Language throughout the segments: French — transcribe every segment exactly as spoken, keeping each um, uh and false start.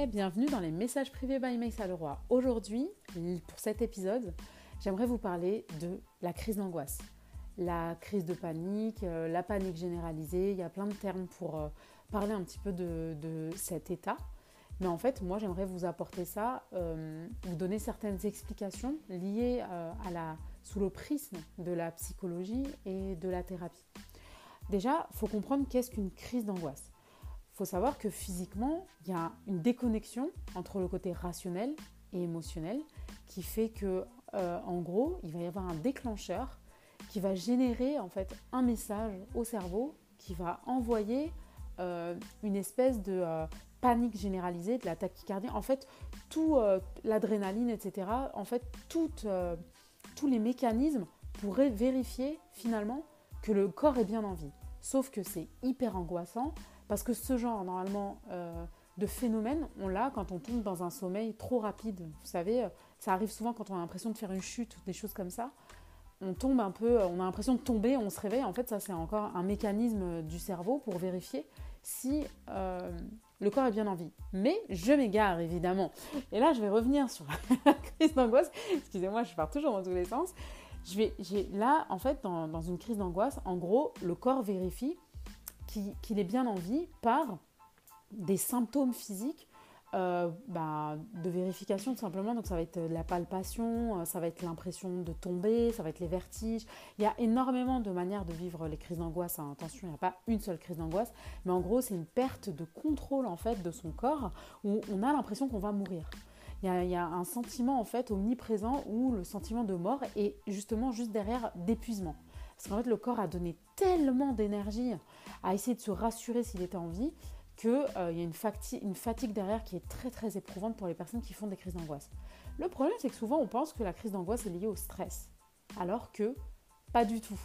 bienvenue dans les messages privés by Maïssa Leroy. Aujourd'hui, pour cet épisode, j'aimerais vous parler de la crise d'angoisse. La crise de panique, euh, la panique généralisée, il y a plein de termes pour euh, parler un petit peu de, de cet état. Mais en fait, moi, j'aimerais vous apporter ça, euh, vous donner certaines explications liées euh, à la, sous le prisme de la psychologie et de la thérapie. Déjà, il faut comprendre qu'est-ce qu'une crise d'angoisse. Il faut savoir que physiquement, il y a une déconnexion entre le côté rationnel et émotionnel qui fait que, euh, en gros, il va y avoir un déclencheur qui va générer en fait un message au cerveau qui va envoyer euh, une espèce de euh, panique généralisée, de la tachycardie. En fait, tout euh, l'adrénaline, et cetera. En fait, tout, euh, tous les mécanismes pourraient vérifier finalement que le corps est bien en vie. Sauf que c'est hyper angoissant. Parce que ce genre, normalement, euh, de phénomène, on l'a quand on tombe dans un sommeil trop rapide. Vous savez, ça arrive souvent quand on a l'impression de faire une chute ou des choses comme ça. On tombe un peu, on a l'impression de tomber, on se réveille. En fait, ça, c'est encore un mécanisme du cerveau pour vérifier si euh, le corps est bien en vie. Mais je m'égare, évidemment. Et là, je vais revenir sur la crise d'angoisse. Excusez-moi, je pars toujours dans tous les sens. Je vais, j'ai, là, en fait, dans, dans une crise d'angoisse, en gros, le corps vérifie qu'il est bien en vie par des symptômes physiques euh, bah, de vérification tout simplement. Donc ça va être la palpation, ça va être l'impression de tomber, ça va être les vertiges. Il y a énormément de manières de vivre les crises d'angoisse. Hein. Attention, il n'y a pas une seule crise d'angoisse, mais en gros c'est une perte de contrôle en fait de son corps où on a l'impression qu'on va mourir. Il y, a, il y a un sentiment en fait omniprésent où le sentiment de mort est justement juste derrière d'épuisement. Parce qu'en fait, le corps a donné tellement d'énergie à essayer de se rassurer s'il était en vie qu'il euh, y a une, facti- une fatigue derrière qui est très très éprouvante pour les personnes qui font des crises d'angoisse. Le problème, c'est que souvent, on pense que la crise d'angoisse est liée au stress, alors que pas du tout.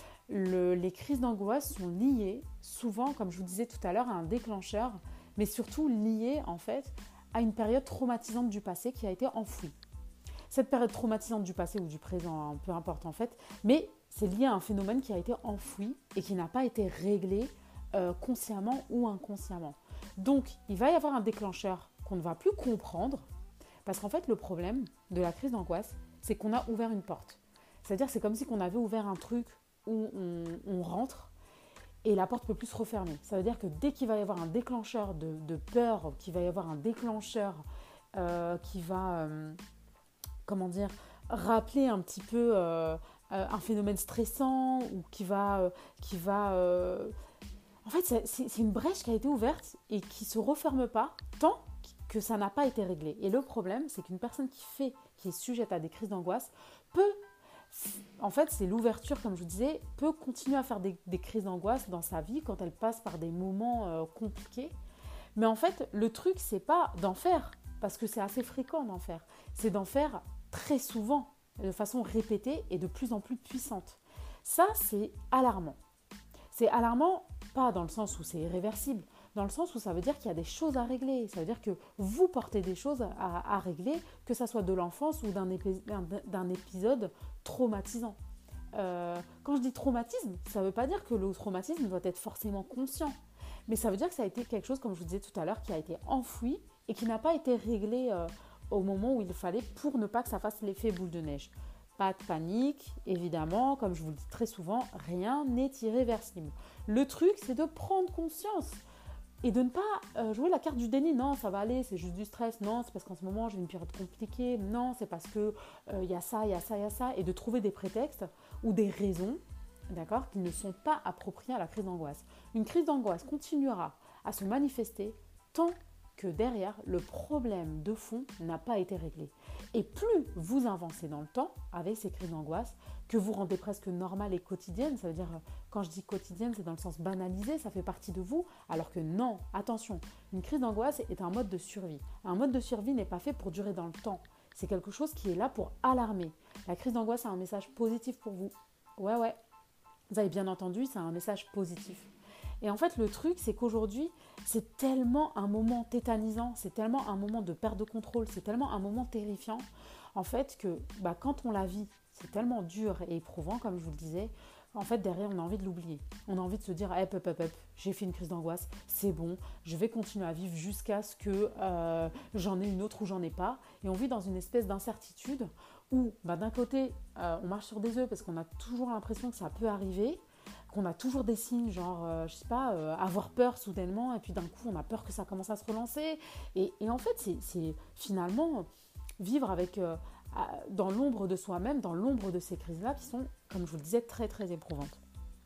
Le, les crises d'angoisse sont liées souvent, comme je vous disais tout à l'heure, à un déclencheur, mais surtout liées en fait à une période traumatisante du passé qui a été enfouie. Cette période traumatisante du passé ou du présent, hein, peu importe en fait, mais c'est lié à un phénomène qui a été enfoui et qui n'a pas été réglé euh, consciemment ou inconsciemment. Donc, il va y avoir un déclencheur qu'on ne va plus comprendre parce qu'en fait, le problème de la crise d'angoisse, c'est qu'on a ouvert une porte. C'est-à-dire, c'est comme si on avait ouvert un truc où on, on rentre et la porte ne peut plus se refermer. Ça veut dire que dès qu'il va y avoir un déclencheur de, de peur, qu'il va y avoir un déclencheur euh, qui va, euh, comment dire, rappeler un petit peu euh, euh, un phénomène stressant ou qui va... Euh, qui va euh... En fait, c'est, c'est, c'est une brèche qui a été ouverte et qui ne se referme pas tant que ça n'a pas été réglé. Et le problème, c'est qu'une personne qui fait, qui est sujette à des crises d'angoisse peut... En fait, c'est l'ouverture, comme je vous disais, peut continuer à faire des, des crises d'angoisse dans sa vie quand elle passe par des moments euh, compliqués. Mais en fait, le truc, c'est pas d'en faire, parce que c'est assez fréquent d'en faire. C'est d'en faire très souvent, de façon répétée et de plus en plus puissante. Ça, c'est alarmant. C'est alarmant, pas dans le sens où c'est irréversible, dans le sens où ça veut dire qu'il y a des choses à régler. Ça veut dire que vous portez des choses à, à régler, que ça soit de l'enfance ou d'un, épi- d'un, d'un épisode traumatisant. Euh, quand je dis traumatisme, ça ne veut pas dire que le traumatisme doit être forcément conscient. Mais ça veut dire que ça a été quelque chose, comme je vous disais tout à l'heure, qui a été enfoui et qui n'a pas été réglé euh, au moment où il fallait pour ne pas que ça fasse l'effet boule de neige. Pas de panique, évidemment, comme je vous le dis très souvent, rien n'est irréversible. Le truc, c'est de prendre conscience et de ne pas euh, jouer la carte du déni. Non, ça va aller, c'est juste du stress. Non, c'est parce qu'en ce moment, j'ai une période compliquée. Non, c'est parce qu'il euh, y a ça, il y a ça, il y a ça. Et de trouver des prétextes ou des raisons, d'accord, qui ne sont pas appropriées à la crise d'angoisse. Une crise d'angoisse continuera à se manifester tant que derrière, le problème de fond n'a pas été réglé. Et plus vous avancez dans le temps avec ces crises d'angoisse, que vous rendez presque normales et quotidiennes, ça veut dire, quand je dis quotidienne, c'est dans le sens banalisé, ça fait partie de vous, alors que non, attention, une crise d'angoisse est un mode de survie. Un mode de survie n'est pas fait pour durer dans le temps. C'est quelque chose qui est là pour alarmer. La crise d'angoisse a un message positif pour vous. Ouais, ouais, vous avez bien entendu, c'est un message positif. Et en fait, le truc, c'est qu'aujourd'hui, c'est tellement un moment tétanisant, c'est tellement un moment de perte de contrôle, c'est tellement un moment terrifiant, en fait, que bah, quand on la vit, c'est tellement dur et éprouvant, comme je vous le disais, en fait, derrière, on a envie de l'oublier. On a envie de se dire, hop, hop, hop, hop, j'ai fait une crise d'angoisse, c'est bon, je vais continuer à vivre jusqu'à ce que euh, j'en ai une autre ou j'en ai pas. Et on vit dans une espèce d'incertitude où, bah, d'un côté, euh, on marche sur des œufs parce qu'on a toujours l'impression que ça peut arriver, qu'on a toujours des signes, genre, euh, je sais pas, euh, avoir peur soudainement, et puis d'un coup, on a peur que ça commence à se relancer. Et, et en fait, c'est, c'est finalement vivre avec... Euh, dans l'ombre de soi-même, dans l'ombre de ces crises-là qui sont, comme je vous le disais, très très éprouvantes.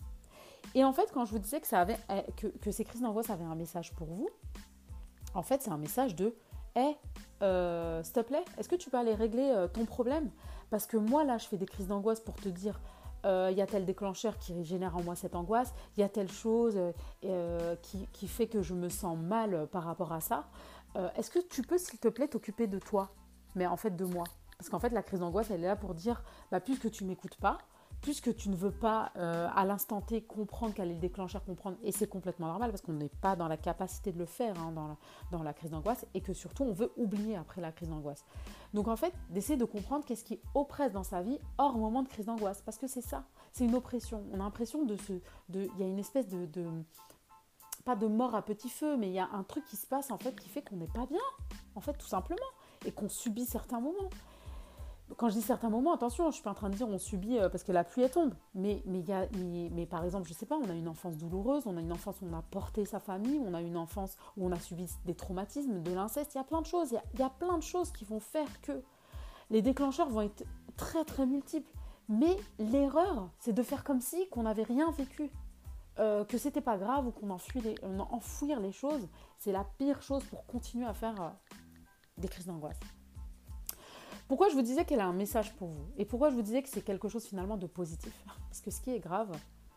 Et en fait, quand je vous disais que, ça avait, que, que ces crises d'angoisse avaient un message pour vous, en fait, c'est un message de « Hé, euh, s'il te plaît, est-ce que tu peux aller régler euh, ton problème ?» Parce que moi, là, je fais des crises d'angoisse pour te dire il euh, y a tel déclencheur qui génère en moi cette angoisse, il y a telle chose euh, qui, qui fait que je me sens mal par rapport à ça. Euh, est-ce que tu peux, s'il te plaît, t'occuper de toi, mais en fait de moi ? Parce qu'en fait, la crise d'angoisse, elle est là pour dire, bah, puisque tu ne m'écoutes pas, puisque tu ne veux pas, euh, à l'instant T, comprendre quel est le déclencheur, comprendre, et c'est complètement normal, parce qu'on n'est pas dans la capacité de le faire hein, dans, la, dans la crise d'angoisse, et que surtout, on veut oublier après la crise d'angoisse. Donc en fait, d'essayer de comprendre qu'est-ce qui oppresse dans sa vie hors moment de crise d'angoisse, parce que c'est ça, c'est une oppression. On a l'impression de se... Il y a une espèce de, de... pas de mort à petit feu, mais il y a un truc qui se passe, en fait, qui fait qu'on n'est pas bien, en fait, tout simplement, et qu'on subit certains moments. Quand je dis certains moments, attention, je ne suis pas en train de dire on subit euh, parce que la pluie elle tombe. Mais, mais, y a, mais, mais par exemple, je ne sais pas, on a une enfance douloureuse, on a une enfance où on a porté sa famille, on a une enfance où on a subi des traumatismes, de l'inceste. Il y a plein de choses, il y a, il y a plein de choses qui vont faire que les déclencheurs vont être très très multiples. Mais l'erreur, c'est de faire comme si qu'on n'avait rien vécu. Euh, que c'était pas grave ou qu'on enfuit les, on enfouir les choses. C'est la pire chose pour continuer à faire euh, des crises d'angoisse. Pourquoi je vous disais qu'elle a un message pour vous et pourquoi je vous disais que c'est quelque chose finalement de positif? Parce que ce qui est grave,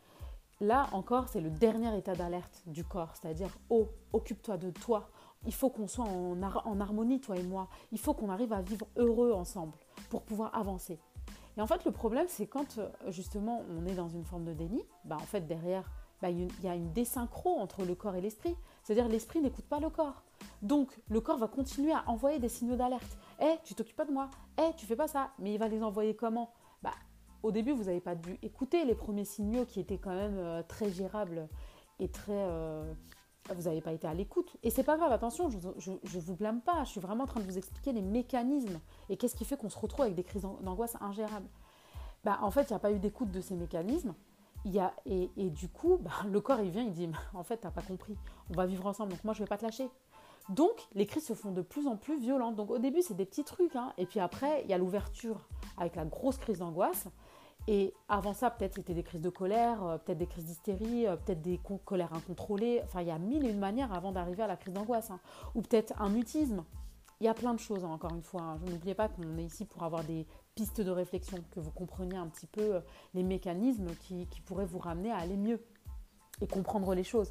là encore, c'est le dernier état d'alerte du corps, c'est-à-dire « Oh, occupe-toi de toi, il faut qu'on soit en, har- en harmonie, toi et moi, il faut qu'on arrive à vivre heureux ensemble pour pouvoir avancer. » Et en fait, le problème, c'est quand justement on est dans une forme de déni, bah, en fait derrière, bah, il y a une désynchro entre le corps et l'esprit, c'est-à-dire l'esprit n'écoute pas le corps. Donc, le corps va continuer à envoyer des signaux d'alerte. « Hé, hey, tu t'occupes pas de moi. Hé, hey, tu fais pas ça. » Mais il va les envoyer comment? Bah, au début, vous n'avez pas dû écouter les premiers signaux qui étaient quand même euh, très gérables et très... Euh, vous n'avez pas été à l'écoute. Et c'est pas grave, attention, je ne vous blâme pas. Je suis vraiment en train de vous expliquer les mécanismes et qu'est-ce qui fait qu'on se retrouve avec des crises d'angoisse ingérables. Bah, en fait, il n'y a pas eu d'écoute de ces mécanismes. Il y a, et, et du coup, bah, le corps, il vient, il dit « En fait, tu n'as pas compris. On va vivre ensemble, donc moi, je ne vais pas te lâcher. » Donc, les crises se font de plus en plus violentes. Donc, au début, c'est des petits trucs. Hein. Et puis après, il y a l'ouverture avec la grosse crise d'angoisse. Et avant ça, peut-être c'était des crises de colère, euh, peut-être des crises d'hystérie, euh, peut-être des co- colères incontrôlées. Enfin, il y a mille et une manières avant d'arriver à la crise d'angoisse. Hein. Ou peut-être un mutisme. Il y a plein de choses, hein, encore une fois. Hein. N'oubliez pas qu'on est ici pour avoir des pistes de réflexion, que vous compreniez un petit peu euh, les mécanismes qui, qui pourraient vous ramener à aller mieux et comprendre les choses.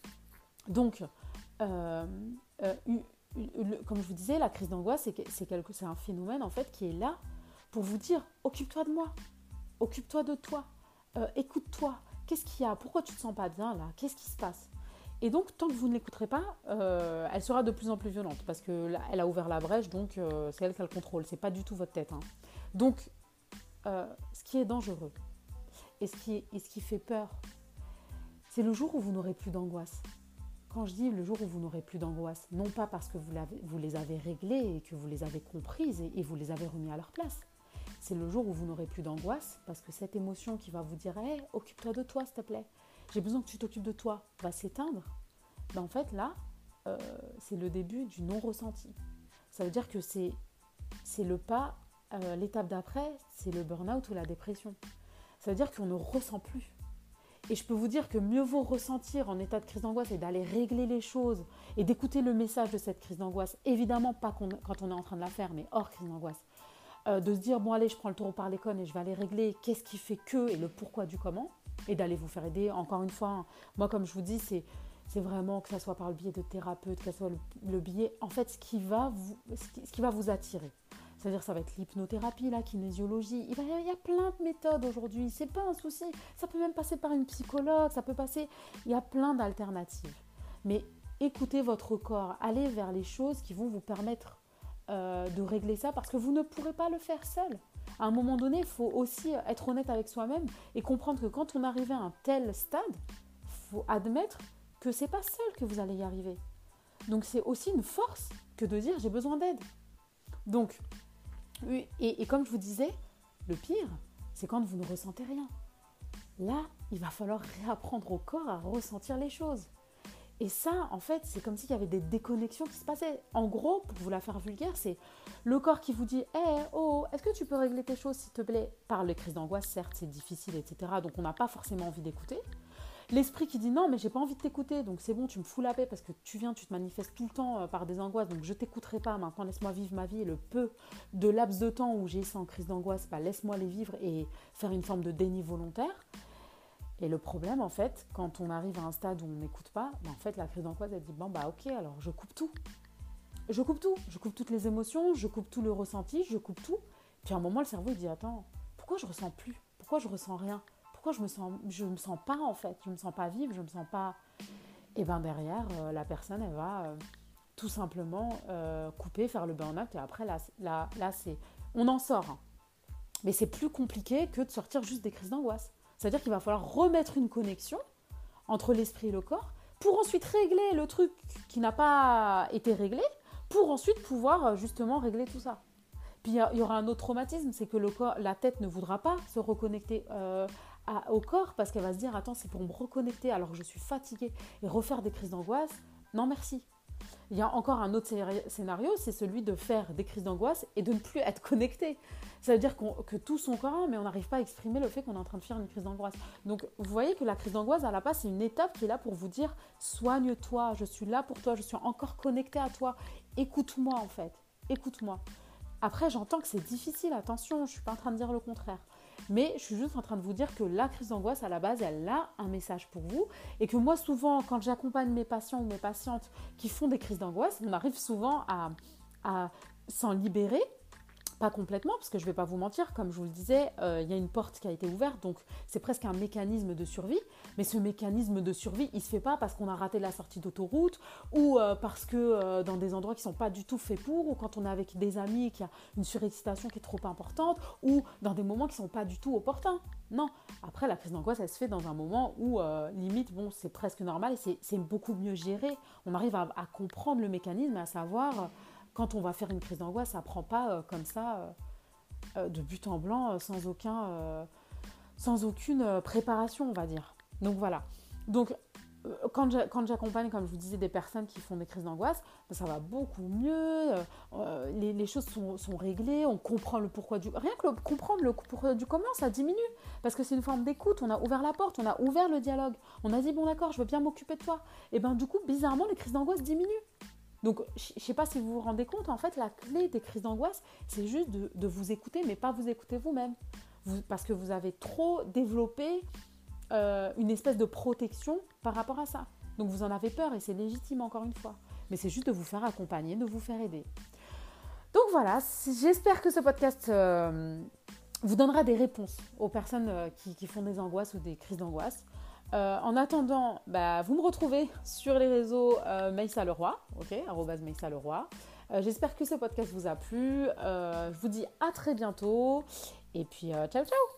Donc, euh, euh, une, une, comme je vous disais, la crise d'angoisse, c'est, c'est, quelque, c'est un phénomène en fait qui est là pour vous dire « Occupe-toi de moi, occupe-toi de toi, euh, écoute-toi, qu'est-ce qu'il y a, pourquoi tu ne te sens pas bien là, qu'est-ce qui se passe ?» Et donc, tant que vous ne l'écouterez pas, euh, elle sera de plus en plus violente parce qu'elle a ouvert la brèche, donc euh, c'est elle qui a le contrôle, c'est pas du tout votre tête. Hein. Donc, euh, ce qui est dangereux et ce qui, est, et ce qui fait peur, c'est le jour où vous n'aurez plus d'angoisse. Quand je dis le jour où vous n'aurez plus d'angoisse, non pas parce que vous, vous les avez réglées et que vous les avez comprises et, et vous les avez remis à leur place. C'est le jour où vous n'aurez plus d'angoisse parce que cette émotion qui va vous dire hey, « occupe-toi de toi, s'il te plaît, j'ai besoin que tu t'occupes de toi » va s'éteindre. Ben en fait, là, euh, c'est le début du non-ressenti. Ça veut dire que c'est, c'est le pas, euh, l'étape d'après, c'est le burn-out ou la dépression. Ça veut dire qu'on ne ressent plus. Et je peux vous dire que mieux vaut ressentir en état de crise d'angoisse et d'aller régler les choses et d'écouter le message de cette crise d'angoisse. Évidemment pas qu'on, quand on est en train de la faire, mais hors crise d'angoisse. Euh, de se dire, bon allez, je prends le taureau par les cornes et je vais aller régler qu'est-ce qui fait que et le pourquoi du comment. Et d'aller vous faire aider. Encore une fois, moi comme je vous dis, c'est, c'est vraiment que ça soit par le biais de thérapeute, que ça soit le, le biais, en fait, ce qui va vous, ce qui, ce qui va vous attirer. C'est-à-dire ça va être l'hypnothérapie, la kinésiologie. Il, va, il y a plein de méthodes aujourd'hui, c'est pas un souci. Ça peut même passer par une psychologue, ça peut passer... Il y a plein d'alternatives. Mais écoutez votre corps, allez vers les choses qui vont vous permettre euh, de régler ça parce que vous ne pourrez pas le faire seul. À un moment donné, il faut aussi être honnête avec soi-même et comprendre que quand on arrive à un tel stade, il faut admettre que ce n'est pas seul que vous allez y arriver. Donc c'est aussi une force que de dire j'ai besoin d'aide. Donc, et, et comme je vous disais, le pire, c'est quand vous ne ressentez rien. Là, il va falloir réapprendre au corps à ressentir les choses. Et ça, en fait, c'est comme s'il y avait des déconnexions qui se passaient. En gros, pour vous la faire vulgaire, c'est le corps qui vous dit « Hey, oh, est-ce que tu peux régler tes choses, s'il te plaît ?» Par les crises d'angoisse, certes, c'est difficile, et cetera. Donc, on n'a pas forcément envie d'écouter. L'esprit qui dit « Non, mais j'ai pas envie de t'écouter, donc c'est bon, tu me fous la paix parce que tu viens, tu te manifestes tout le temps par des angoisses, donc je t'écouterai pas. Maintenant, laisse-moi vivre ma vie. Et le peu de laps de temps où j'ai ça en crise d'angoisse, bah, laisse-moi les vivre et faire une forme de déni volontaire. » Et le problème, en fait, quand on arrive à un stade où on n'écoute pas, ben en fait, la crise d'angoisse, elle dit « Bon, bah ok, alors je coupe tout. Je coupe tout. Je coupe toutes les émotions, je coupe tout le ressenti, je coupe tout. » Puis à un moment, le cerveau, il dit « Attends, pourquoi je ressens plus? Pourquoi je ressens rien? Pourquoi je me sens, je me sens pas, en fait? Je me sens pas vivre, je me sens pas... » Et bien derrière, euh, la personne, elle va euh, tout simplement euh, couper, faire le burn-out. Et après, là, là, là c'est... on en sort. Hein. Mais c'est plus compliqué que de sortir juste des crises d'angoisse. C'est-à-dire qu'il va falloir remettre une connexion entre l'esprit et le corps pour ensuite régler le truc qui n'a pas été réglé, pour ensuite pouvoir justement régler tout ça. Puis il y aura un autre traumatisme, c'est que le corps, la tête ne voudra pas se reconnecter euh, à, au corps parce qu'elle va se dire « Attends, c'est pour me reconnecter alors que je suis fatiguée et refaire des crises d'angoisse. Non, merci. » Il y a encore un autre scénario, c'est celui de faire des crises d'angoisse et de ne plus être connecté. Ça veut dire qu'on, que tout son corps, mais on n'arrive pas à exprimer le fait qu'on est en train de faire une crise d'angoisse. Donc, vous voyez que la crise d'angoisse, à la base, c'est une étape qui est là pour vous dire « Soigne-toi, je suis là pour toi, je suis encore connectée à toi. Écoute-moi, en fait. Écoute-moi. » Après, j'entends que c'est difficile, attention, je ne suis pas en train de dire le contraire. Mais je suis juste en train de vous dire que la crise d'angoisse, à la base, elle a un message pour vous. Et que moi, souvent, quand j'accompagne mes patients ou mes patientes qui font des crises d'angoisse, on arrive souvent à, à s'en libérer. Pas complètement, parce que je ne vais pas vous mentir, comme je vous le disais, euh, il y a une porte qui a été ouverte, donc c'est presque un mécanisme de survie. Mais ce mécanisme de survie, il ne se fait pas parce qu'on a raté la sortie d'autoroute ou euh, parce que euh, dans des endroits qui ne sont pas du tout faits pour, ou quand on est avec des amis et qu'il y a une surexcitation qui est trop importante, ou dans des moments qui ne sont pas du tout opportuns. Non. Après, la crise d'angoisse, elle se fait dans un moment où, euh, limite, bon, c'est presque normal et c'est, c'est beaucoup mieux géré. On arrive à, à comprendre le mécanisme, à savoir... Euh, quand on va faire une crise d'angoisse, ça ne prend pas euh, comme ça, euh, euh, de but en blanc, euh, sans, aucun, euh, sans aucune euh, préparation, on va dire. Donc voilà. Donc, euh, quand, j'a, quand j'accompagne, comme je vous disais, des personnes qui font des crises d'angoisse, ben, ça va beaucoup mieux, euh, les, les choses sont, sont réglées, on comprend le pourquoi du... Rien que le, comprendre le pourquoi du comment, ça diminue. Parce que c'est une forme d'écoute, on a ouvert la porte, on a ouvert le dialogue. On a dit, bon d'accord, je veux bien m'occuper de toi. Et bien du coup, bizarrement, les crises d'angoisse diminuent. Donc, je ne sais pas si vous vous rendez compte, en fait, la clé des crises d'angoisse, c'est juste de, de vous écouter, mais pas vous écouter vous-même. Vous, parce que vous avez trop développé euh, une espèce de protection par rapport à ça. Donc, vous en avez peur et c'est légitime, encore une fois. Mais c'est juste de vous faire accompagner, de vous faire aider. Donc, voilà, j'espère que ce podcast euh, vous donnera des réponses aux personnes euh, qui, qui font des angoisses ou des crises d'angoisse. Euh, en attendant, bah, vous me retrouvez sur les réseaux euh, Maïssa Leroy, ok, arobase Maïssa Leroy. Euh, j'espère que ce podcast vous a plu. Euh, je vous dis à très bientôt et puis euh, ciao ciao.